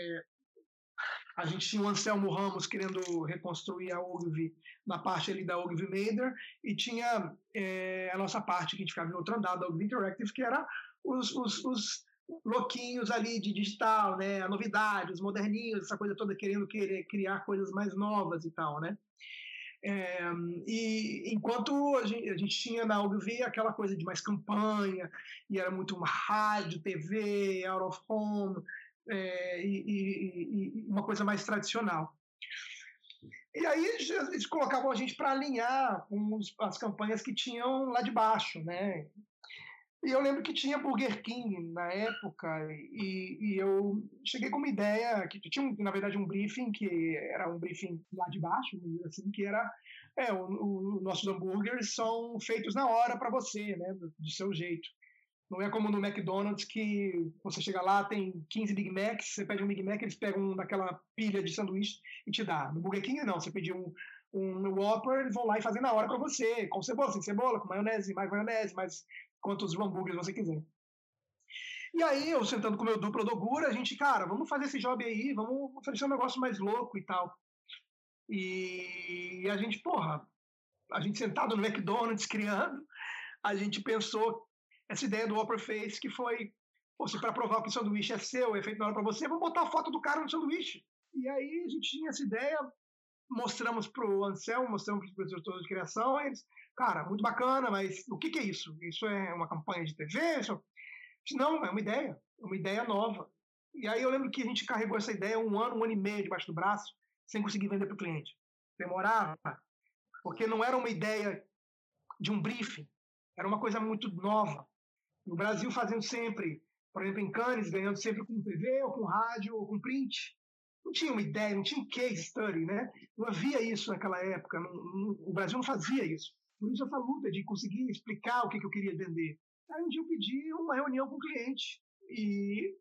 S2: a gente tinha o Anselmo Ramos querendo reconstruir a Ogilvy na parte ali da Ogilvy Mader, e tinha a nossa parte que a gente ficava em outro andar da Ogilvy Interactive, que era os louquinhos ali de digital, né? A novidade, os moderninhos, essa coisa toda, querendo criar coisas mais novas e tal, né? E enquanto a gente tinha na Ogilvy aquela coisa de mais campanha, e era muito rádio, TV, out of home, e uma coisa mais tradicional. E aí eles colocavam a gente para alinhar com as campanhas que tinham lá de baixo, né? E eu lembro que tinha Burger King na época, e eu cheguei com uma ideia, que tinha, na verdade, um briefing, que era um briefing lá de baixo, assim, que era, nossos hambúrgueres são feitos na hora para você, né, do seu jeito. Não é como no McDonald's, que você chega lá, tem 15 Big Macs, você pede um Big Mac, eles pegam daquela pilha de sanduíche e te dá. No Burger King, não. Você pediu um Whopper, eles vão lá e fazem na hora para você, com cebola, sem cebola, com maionese, mais quantos hambúrgueres você quiser. E aí, eu sentando com o meu duplo Dogura, a gente, cara, vamos fazer esse job aí, vamos oferecer um negócio mais louco e tal. E a gente, a gente sentado no McDonald's, criando, a gente pensou essa ideia do Whopper Face, que foi, se para provar que o sanduíche é seu, é feito na hora para você, vamos botar a foto do cara no sanduíche. E aí a gente tinha essa ideia, mostramos pro Anselmo, mostramos para os diretores de criação, e eles, cara, muito bacana, mas o que é isso? Isso é uma campanha de TV? Não, é uma ideia nova. E aí eu lembro que a gente carregou essa ideia um ano e meio debaixo do braço, sem conseguir vender para o cliente. Demorava, porque não era uma ideia de um briefing, era uma coisa muito nova. No Brasil, fazendo sempre, por exemplo, em Cannes, ganhando sempre com TV, ou com rádio, ou com print. Não tinha uma ideia, não tinha um case study, né? Não havia isso naquela época. O Brasil não fazia isso. Por isso essa luta de conseguir explicar o que eu queria vender. Aí um dia eu pedi uma reunião com o cliente, e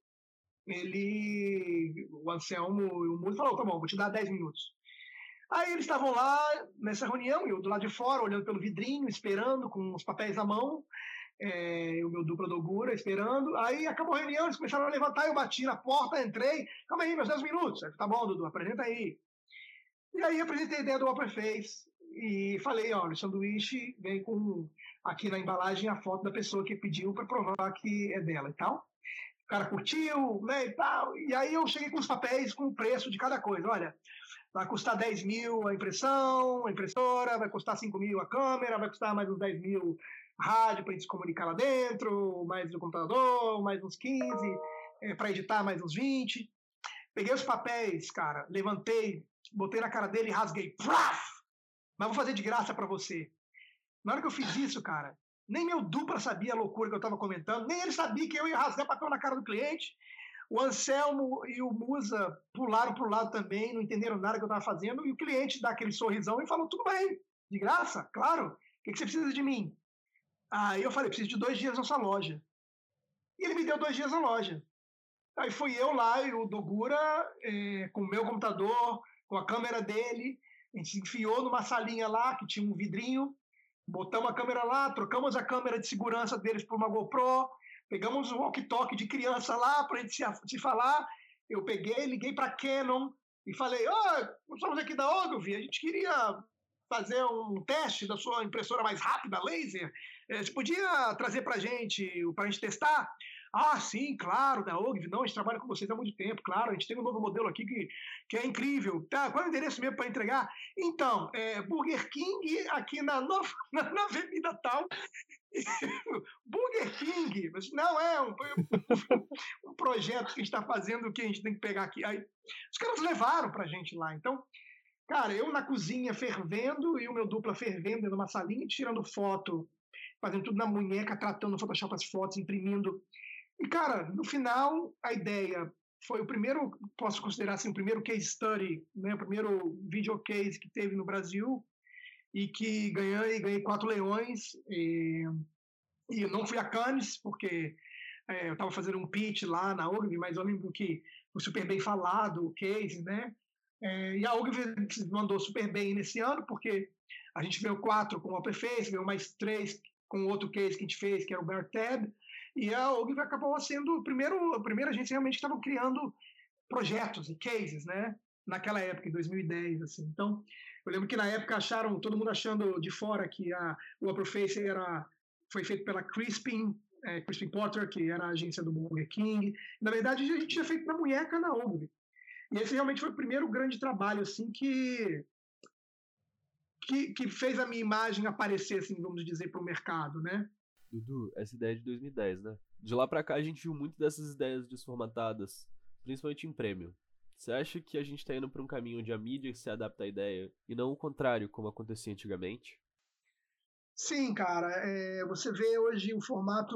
S2: o Anselmo e o Mudo falou, tá bom, vou te dar 10 minutos. Aí eles estavam lá nessa reunião, eu do lado de fora, olhando pelo vidrinho, esperando, com os papéis na mão, o meu duplo Dogura esperando. Aí acabou a reunião, eles começaram a levantar, eu bati na porta, entrei, calma aí, meus 10 minutos. Aí, tá bom, Dudu, apresenta aí. E aí apresentei a ideia do Whopper Face e falei, olha, o sanduíche vem com, aqui na embalagem, a foto da pessoa que pediu para provar que é dela e tal. O cara curtiu, né, e tal. E aí eu cheguei com os papéis, com o preço de cada coisa. Olha, vai custar 10 mil a impressão, a impressora, vai custar 5 mil a câmera, vai custar mais uns 10 mil a rádio para a gente se comunicar lá dentro, mais o computador, mais uns 15, para editar mais uns 20. Peguei os papéis, cara, levantei, botei na cara dele e rasguei. Praf! Mas vou fazer de graça para você. Na hora que eu fiz isso, cara, nem meu dupla sabia a loucura que eu estava comentando, nem ele sabia que eu ia rasgar papel na cara do cliente. O Anselmo e o Musa pularam para o lado também, não entenderam nada que eu estava fazendo, e o cliente dá aquele sorrisão e falou, tudo bem, de graça, claro, o que você precisa de mim? Aí eu falei, preciso de 2 dias na sua loja. E ele me deu 2 dias na loja. Aí fui eu lá e o Dogura, com o meu computador, com a câmera dele, a gente se enfiou numa salinha lá, que tinha um vidrinho, botamos a câmera lá, trocamos a câmera de segurança deles por uma GoPro, pegamos um walkie-talkie de criança lá para a gente se falar. Eu peguei, liguei para a Canon e falei, nós estamos aqui da Ogilvy, a gente queria fazer um teste da sua impressora mais rápida, laser. Você podia trazer para a gente testar? Ah, sim, claro, da Ogilvy. Não, a gente trabalha com vocês há muito tempo, claro. A gente tem um novo modelo aqui que é incrível. Tá, qual é o endereço mesmo para entregar? Então, Burger King aqui na Avenida tal. Burger King, mas não é um projeto que a gente está fazendo que a gente tem que pegar aqui. Aí, os caras levaram para a gente lá. Então, cara, eu na cozinha fervendo e o meu dupla fervendo numa salinha, tirando foto, fazendo tudo na munheca, tratando no Photoshop as fotos, imprimindo. E, cara, no final, a ideia foi o primeiro, posso considerar assim, o primeiro case study, né, o primeiro video case que teve no Brasil, e que ganhei 4 leões, e não fui a Cannes, porque eu estava fazendo um pitch lá na Ogilvy, mas eu lembro que foi super bem falado o case, né? E a Ogilvy mandou super bem nesse ano, porque a gente ganhou 4 com o Upperface, ganhou mais 3 com outro case que a gente fez, que era o Bear Tab, e a Ogilvy acabou sendo a primeira agência realmente que estava criando projetos e cases, né? Naquela época, em 2010, assim. Então, eu lembro que na época todo mundo achando de fora que o Upperface foi feito pela Crispin Porter, que era a agência do Burger King. Na verdade, a gente tinha feito na munheca na Ogilvy. E esse realmente foi o primeiro grande trabalho, assim, que fez a minha imagem aparecer, assim, vamos dizer, para o mercado, né?
S1: Dudu, essa ideia é de 2010, né? De lá pra cá a gente viu muito dessas ideias desformatadas, principalmente em prêmio. Você acha que a gente tá indo pra um caminho onde a mídia se adapta à ideia e não o contrário, como acontecia antigamente?
S2: Sim, cara. Você vê hoje o formato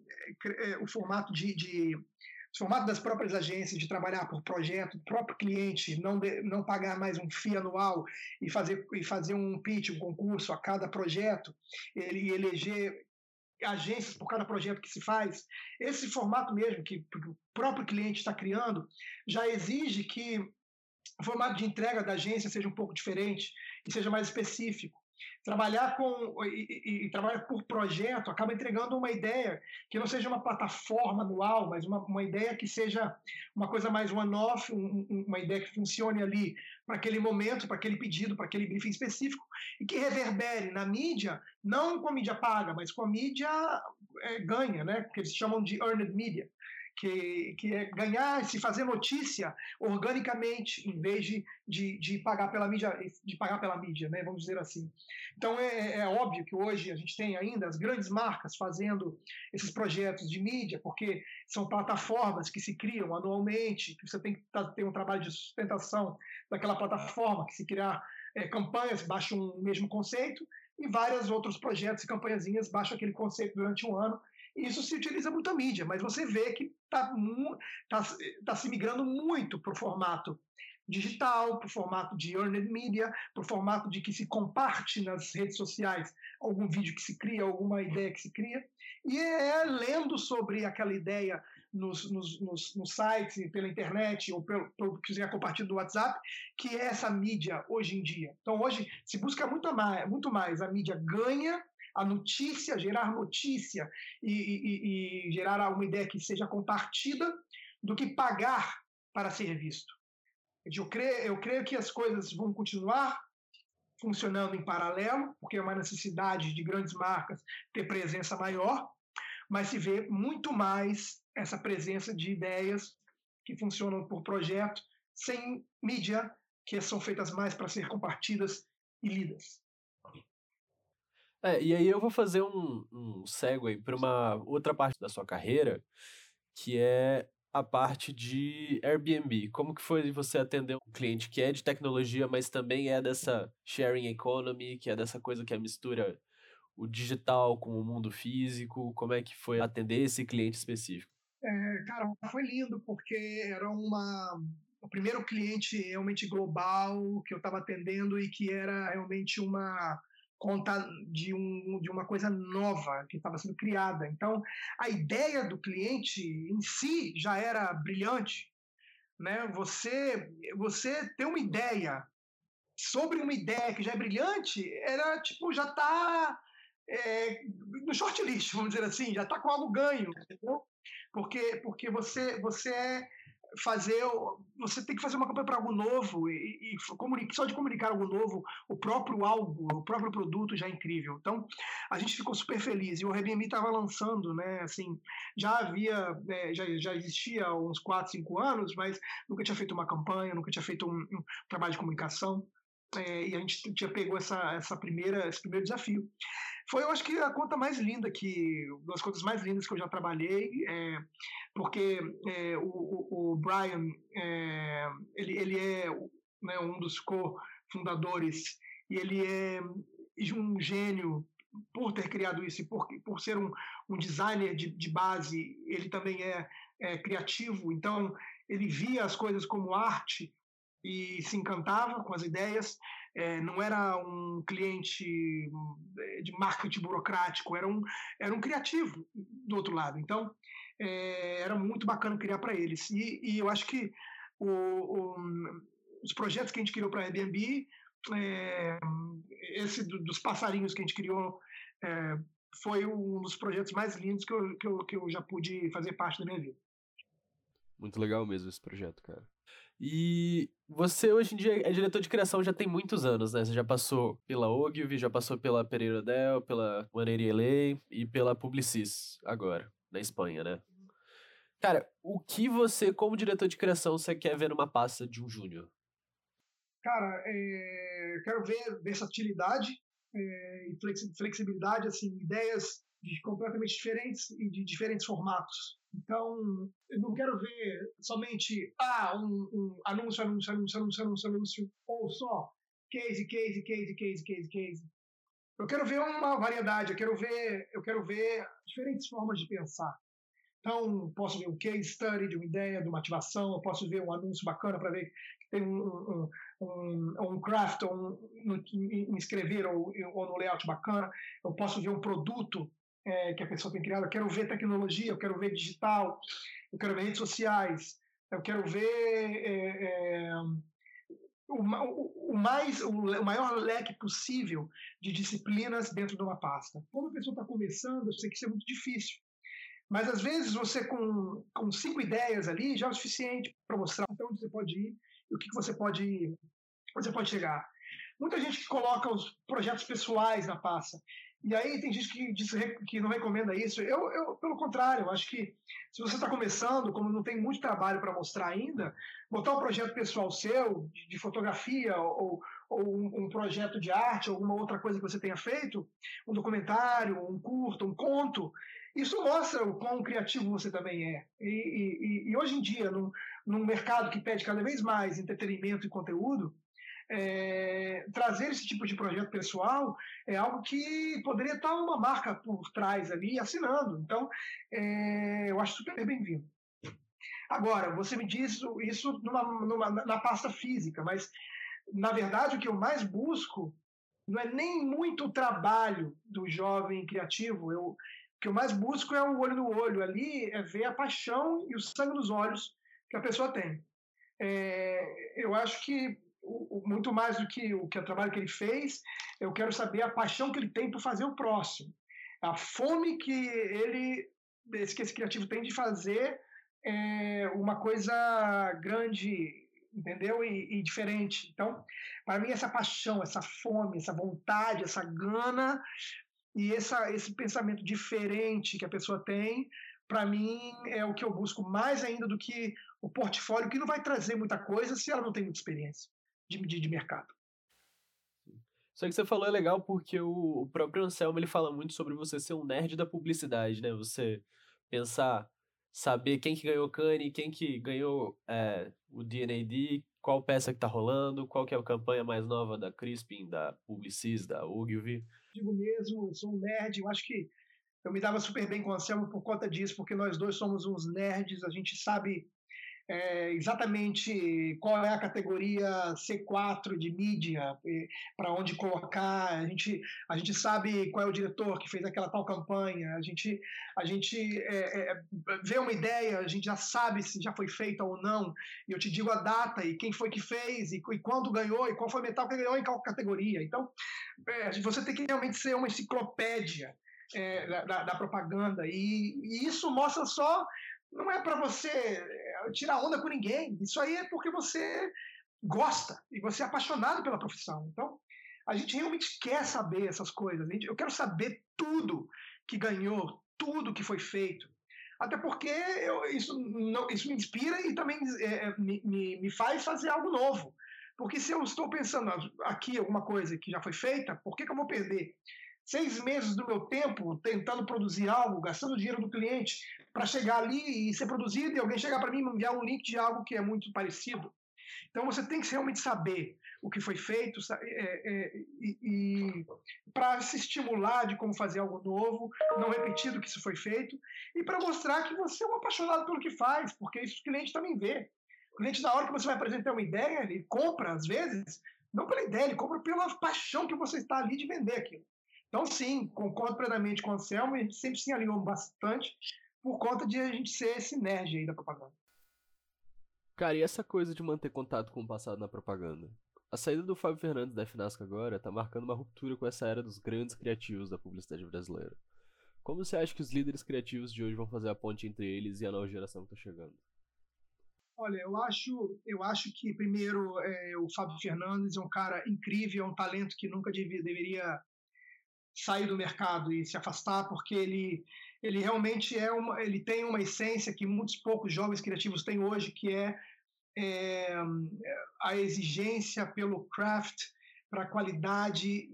S2: das próprias agências de trabalhar por projeto, o próprio cliente não pagar mais um FII anual e fazer um pitch, um concurso a cada projeto, ele eleger agências por cada projeto que se faz. Esse formato mesmo que o próprio cliente está criando já exige que o formato de entrega da agência seja um pouco diferente e seja mais específico. Trabalhar trabalhar por projeto acaba entregando uma ideia que não seja uma plataforma anual, mas uma ideia que seja uma coisa mais one-off, uma ideia que funcione ali para aquele momento, para aquele pedido, para aquele briefing específico, e que reverbere na mídia, não com a mídia paga, mas com a mídia ganha, né? Que eles chamam de earned media. Que é ganhar, se fazer notícia organicamente, em vez de pagar pela mídia, né, vamos dizer assim. Então é óbvio que hoje a gente tem ainda as grandes marcas fazendo esses projetos de mídia, porque são plataformas que se criam anualmente, que você tem que ter um trabalho de sustentação daquela plataforma, que se criar campanhas baixo um mesmo conceito, e vários outros projetos e campanhazinhas baixo aquele conceito durante um ano. Isso se utiliza muito a mídia, mas você vê que está se migrando muito para o formato digital, para o formato de earned media, para o formato de que se comparte nas redes sociais algum vídeo que se cria, alguma ideia que se cria, e lendo sobre aquela ideia nos sites, pela internet, ou pelo que você compartilha no WhatsApp, que é essa mídia hoje em dia. Então, hoje se busca muito mais a mídia ganha, a notícia, gerar notícia e gerar uma ideia que seja compartida, do que pagar para ser visto. Eu creio que as coisas vão continuar funcionando em paralelo, porque é uma necessidade de grandes marcas ter presença maior, mas se vê muito mais essa presença de ideias que funcionam por projeto, sem mídia, que são feitas mais para ser compartidas e lidas.
S1: E aí eu vou fazer um segue para uma outra parte da sua carreira, que é a parte de Airbnb. Como que foi você atender um cliente que é de tecnologia, mas também é dessa sharing economy, que é dessa coisa que mistura o digital com o mundo físico? Como é que foi atender esse cliente específico?
S2: Cara, foi lindo, porque era o primeiro cliente realmente global que eu estava atendendo e que era realmente uma conta de uma coisa nova que estava sendo criada. Então, a ideia do cliente em si já era brilhante, né? Você ter uma ideia sobre uma ideia que já é brilhante, era tipo, já está no shortlist, vamos dizer assim, já está com algo ganho, entendeu? Porque fazer você tem que fazer uma campanha para algo novo só de comunicar algo novo, o próprio produto já é incrível. Então a gente ficou super feliz e o Airbnb estava lançando, né? Assim, já existia há uns 4, 5 anos, mas nunca tinha feito uma campanha, nunca tinha feito um trabalho de comunicação. E a gente pegou esse primeiro desafio. Foi, eu acho que a conta mais linda uma das contas mais lindas que eu já trabalhei, porque o Brian, ele é, né, um dos co-fundadores e ele é um gênio por ter criado isso e por ser um designer de base. Ele também é criativo, então ele via as coisas como arte e se encantava com as ideias. Não era um cliente de marketing burocrático, era um criativo do outro lado. Então, era muito bacana criar para eles. E eu acho que os projetos que a gente criou para a Airbnb, esse dos passarinhos que a gente criou, foi um dos projetos mais lindos que eu já pude fazer parte da minha vida.
S1: Muito legal mesmo esse projeto, cara. E você hoje em dia é diretor de criação já tem muitos anos, né? Você já passou pela Ogilvy, já passou pela Pereira Del, pela Maneira LA e pela Publicis agora, na Espanha, né? Cara, o que você, como diretor de criação, você quer ver numa pasta de um júnior?
S2: Cara, eu quero ver versatilidade e flexibilidade, assim, ideias completamente diferentes e de diferentes formatos. Então, eu não quero ver somente um anúncio, ou só case. Eu quero ver uma variedade, eu quero ver diferentes formas de pensar. Então, posso ver um case study de uma ideia, de uma ativação, eu posso ver um anúncio bacana para ver que tem um craft, um escrever ou no layout bacana, eu posso ver um produto que a pessoa tem criado, eu quero ver tecnologia, eu quero ver digital, eu quero ver redes sociais, eu quero ver o maior leque possível de disciplinas dentro de uma pasta. Quando a pessoa está começando, eu sei que isso é muito difícil. Mas, às vezes, você com 5 ideias ali já é o suficiente para mostrar onde você pode ir e o que você pode chegar. Muita gente que coloca os projetos pessoais na pasta. E aí tem gente que diz que não recomenda isso. Eu, pelo contrário, eu acho que se você está começando, como não tem muito trabalho para mostrar ainda, botar um projeto pessoal seu, de fotografia, ou um projeto de arte, alguma outra coisa que você tenha feito, um documentário, um curto, um conto, isso mostra o quão criativo você também é. E hoje em dia, num mercado que pede cada vez mais entretenimento e conteúdo, trazer esse tipo de projeto pessoal é algo que poderia estar uma marca por trás ali assinando. Então, eu acho super bem-vindo. Agora, você me diz isso na pasta física, mas, na verdade, o que eu mais busco não é nem muito o trabalho do jovem criativo. O que eu mais busco é o olho no olho ali, é ver a paixão e o sangue nos olhos que a pessoa tem. Eu acho que muito mais do que o trabalho que ele fez, eu quero saber a paixão que ele tem por fazer o próximo, a fome que esse criativo tem de fazer uma coisa grande, entendeu? E diferente. Então, para mim, essa paixão, essa fome, essa vontade, essa gana e esse pensamento diferente que a pessoa tem, para mim, é o que eu busco mais ainda do que o portfólio, que não vai trazer muita coisa se ela não tem muita experiência de mercado.
S1: Só que você falou é legal porque o próprio Anselmo ele fala muito sobre você ser um nerd da publicidade, né? Você pensar saber quem que ganhou Cannes, quem que ganhou o D&AD, qual peça que tá rolando, qual que é a campanha mais nova da Crispin, da Publicis, da Ogilvy.
S2: Digo mesmo, eu sou um nerd, eu acho que eu me dava super bem com o Anselmo por conta disso, porque nós dois somos uns nerds, a gente sabe exatamente qual é a categoria C4 de mídia, para onde colocar, a gente sabe qual é o diretor que fez aquela tal campanha, a gente vê uma ideia, a gente já sabe se já foi feita ou não, e eu te digo a data, e quem foi que fez, e quando ganhou, e qual foi o metal que ganhou em qual categoria. Então, você tem que realmente ser uma enciclopédia da propaganda, e isso mostra só, não é para você tirar onda com ninguém, isso aí é porque você gosta e você é apaixonado pela profissão. Então, a gente realmente quer saber essas coisas, eu quero saber tudo que ganhou, tudo que foi feito, até porque isso me inspira e também me faz fazer algo novo, porque se eu estou pensando aqui alguma coisa que já foi feita, por que eu vou perder 6 meses do meu tempo tentando produzir algo, gastando dinheiro do cliente para chegar ali e ser produzido e alguém chegar para mim e me enviar um link de algo que é muito parecido? Então você tem que realmente saber o que foi feito e para se estimular de como fazer algo novo, não repetir do que isso foi feito, e para mostrar que você é um apaixonado pelo que faz, porque isso o cliente também vê. O cliente, na hora que você vai apresentar uma ideia, ele compra, às vezes, não pela ideia, ele compra pela paixão que você está ali de vender aquilo. Então, sim, concordo plenamente com o Anselmo, e a gente sempre se alinhou bastante por conta de a gente ser esse nerd aí da propaganda.
S1: Cara, e essa coisa de manter contato com o passado na propaganda? A saída do Fábio Fernandes da Finasco agora tá marcando uma ruptura com essa era dos grandes criativos da publicidade brasileira. Como você acha que os líderes criativos de hoje vão fazer a ponte entre eles e a nova geração que tá chegando?
S2: Olha, eu acho que, primeiro, o Fábio Fernandes é um cara incrível, é um talento que nunca deveria sair do mercado e se afastar, porque ele realmente ele tem uma essência que muitos poucos jovens criativos têm hoje, que é a exigência pelo craft, para a qualidade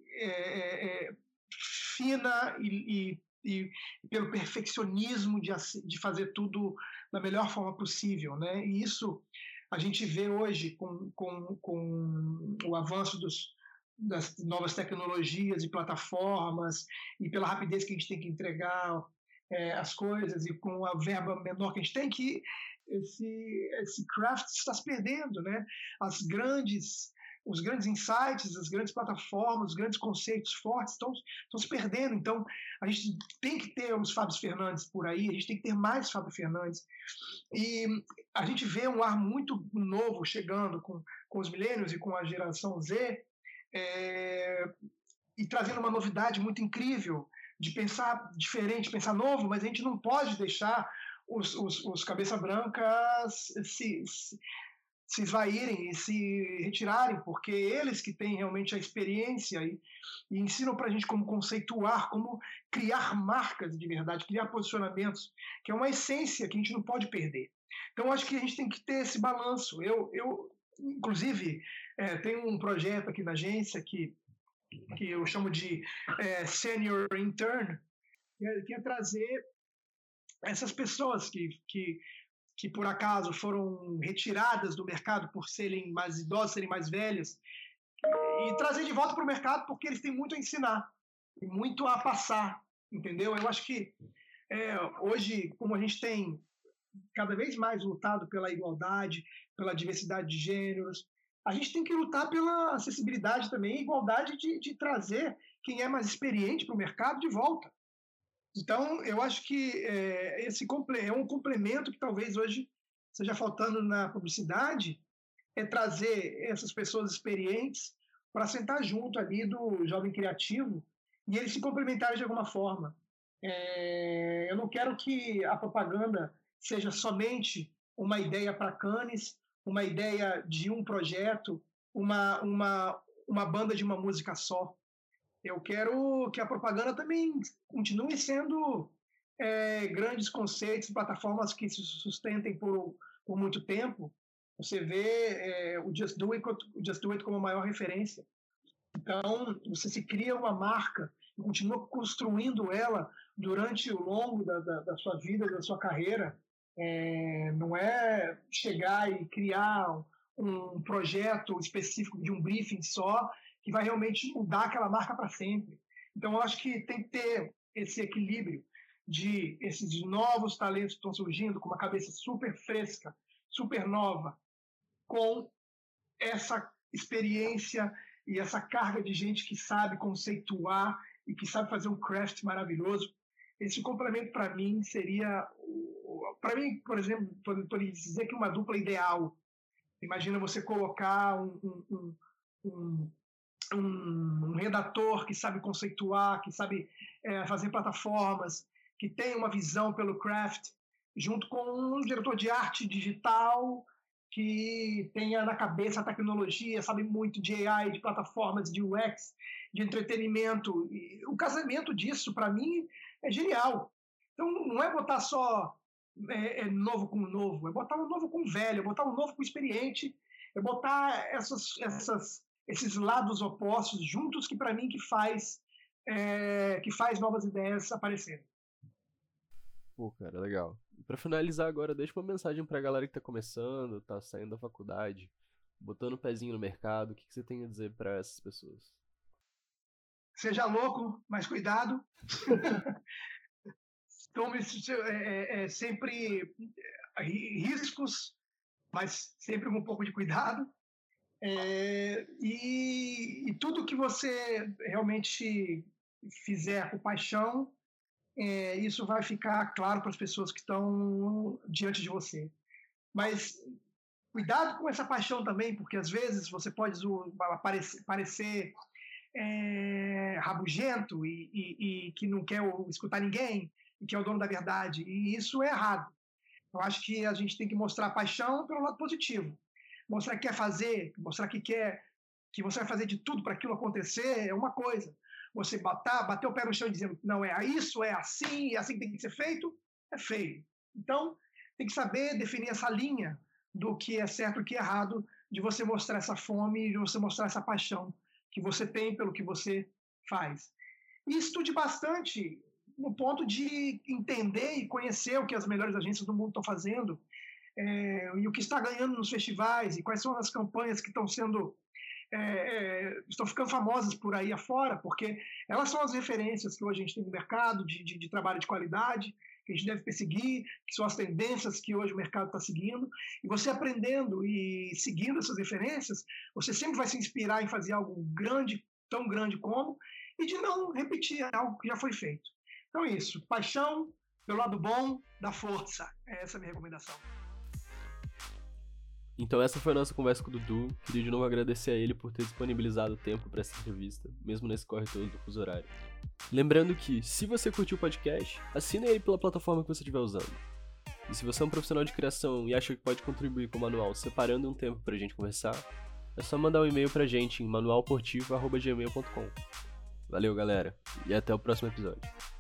S2: fina e pelo perfeccionismo de fazer tudo da melhor forma possível, né? E isso a gente vê hoje com o avanço das novas tecnologias e plataformas, e pela rapidez que a gente tem que entregar as coisas, e com a verba menor que a gente tem, que esse craft está se perdendo, né? Os grandes insights, as grandes plataformas, os grandes conceitos fortes estão se perdendo. Então, a gente tem que ter uns Fábio Fernandes por aí, a gente tem que ter mais Fábio Fernandes. E a gente vê um ar muito novo chegando com os millennials e com a geração Z, e trazendo uma novidade muito incrível de pensar diferente, pensar novo, mas a gente não pode deixar os cabeça brancas se esvaírem e se retirarem, porque eles que têm realmente a experiência e ensinam para a gente como conceituar, como criar marcas de verdade, criar posicionamentos, que é uma essência que a gente não pode perder. Então, acho que a gente tem que ter esse balanço. Eu inclusive, tenho um projeto aqui na agência que eu chamo de Senior Intern, que é trazer essas pessoas que por acaso foram retiradas do mercado por serem mais idosas, serem mais velhas, e trazer de volta para o mercado, porque eles têm muito a ensinar e muito a passar, entendeu? Eu acho que hoje, como a gente tem cada vez mais lutado pela igualdade, pela diversidade de gêneros, a gente tem que lutar pela acessibilidade também e igualdade de trazer quem é mais experiente para o mercado de volta. Então, eu acho que esse é um complemento que talvez hoje seja faltando na publicidade, é trazer essas pessoas experientes para sentar junto ali do jovem criativo e eles se complementarem de alguma forma. Eu não quero que a propaganda seja somente uma ideia para Cannes, uma ideia de um projeto, uma banda de uma música só. Eu quero que a propaganda também continue sendo grandes conceitos, plataformas que se sustentem por muito tempo. Você vê o Just Do It como a maior referência. Então, você se cria uma marca e continua construindo ela durante o longo da sua vida, da sua carreira. Não é chegar e criar um projeto específico de um briefing só que vai realmente mudar aquela marca para sempre. Então, eu acho que tem que ter esse equilíbrio de esses novos talentos que estão surgindo com uma cabeça super fresca, super nova, com essa experiência e essa carga de gente que sabe conceituar e que sabe fazer um craft maravilhoso. Esse complemento, para mim, seria... Para mim, por exemplo, estou lhe dizer que uma dupla ideal. Imagina você colocar um redator que sabe conceituar, que sabe fazer plataformas, que tem uma visão pelo craft, junto com um diretor de arte digital que tenha na cabeça a tecnologia, sabe muito de AI, de plataformas, de UX, de entretenimento. E o casamento disso, para mim, é genial. Então, não é botar só novo com novo, é botar um novo com velho, é botar um novo com experiente, é botar esses lados opostos juntos que, para mim, que faz novas ideias aparecerem.
S1: Pô, cara, legal. E pra finalizar agora, deixa uma mensagem pra galera que tá começando, tá saindo da faculdade, botando o pezinho no mercado. O que você tem a dizer pra essas pessoas?
S2: Seja louco, mas cuidado. Tome sempre riscos, mas sempre com um pouco de cuidado. E tudo que você realmente fizer com paixão, isso vai ficar claro para as pessoas que estão diante de você. Mas cuidado com essa paixão também, porque às vezes você pode parecer rabugento e que não quer escutar ninguém, e que é o dono da verdade, e isso é errado. Eu acho que a gente tem que mostrar paixão pelo lado positivo. Mostrar que quer fazer, mostrar que você vai fazer de tudo para aquilo acontecer é uma coisa. Você bater o pé no chão e dizer, não, isso é assim que tem que ser feito, é feio. Então, tem que saber definir essa linha do que é certo e o que é errado, de você mostrar essa fome, de você mostrar essa paixão que você tem pelo que você faz. E estude bastante no ponto de entender e conhecer o que as melhores agências do mundo estão fazendo, e o que está ganhando nos festivais, e quais são as campanhas que estão ficando famosas por aí afora, porque elas são as referências que hoje a gente tem no mercado de trabalho de qualidade, que a gente deve perseguir, que são as tendências que hoje o mercado está seguindo. E você aprendendo e seguindo essas referências, você sempre vai se inspirar em fazer algo grande, tão grande como, e de não repetir algo que já foi feito. Então é isso, paixão pelo lado bom da força. Essa é a minha recomendação.
S1: Então essa foi a nossa conversa com o Dudu. Queria de novo agradecer a ele por ter disponibilizado o tempo para essa entrevista, mesmo nesse corre todo do fuso horário. Lembrando que, se você curtiu o podcast, assine ele pela plataforma que você estiver usando. E se você é um profissional de criação e acha que pode contribuir com o manual separando um tempo pra gente conversar, é só mandar um e-mail pra gente em manualportivo@gmail.com. Valeu, galera, e até o próximo episódio.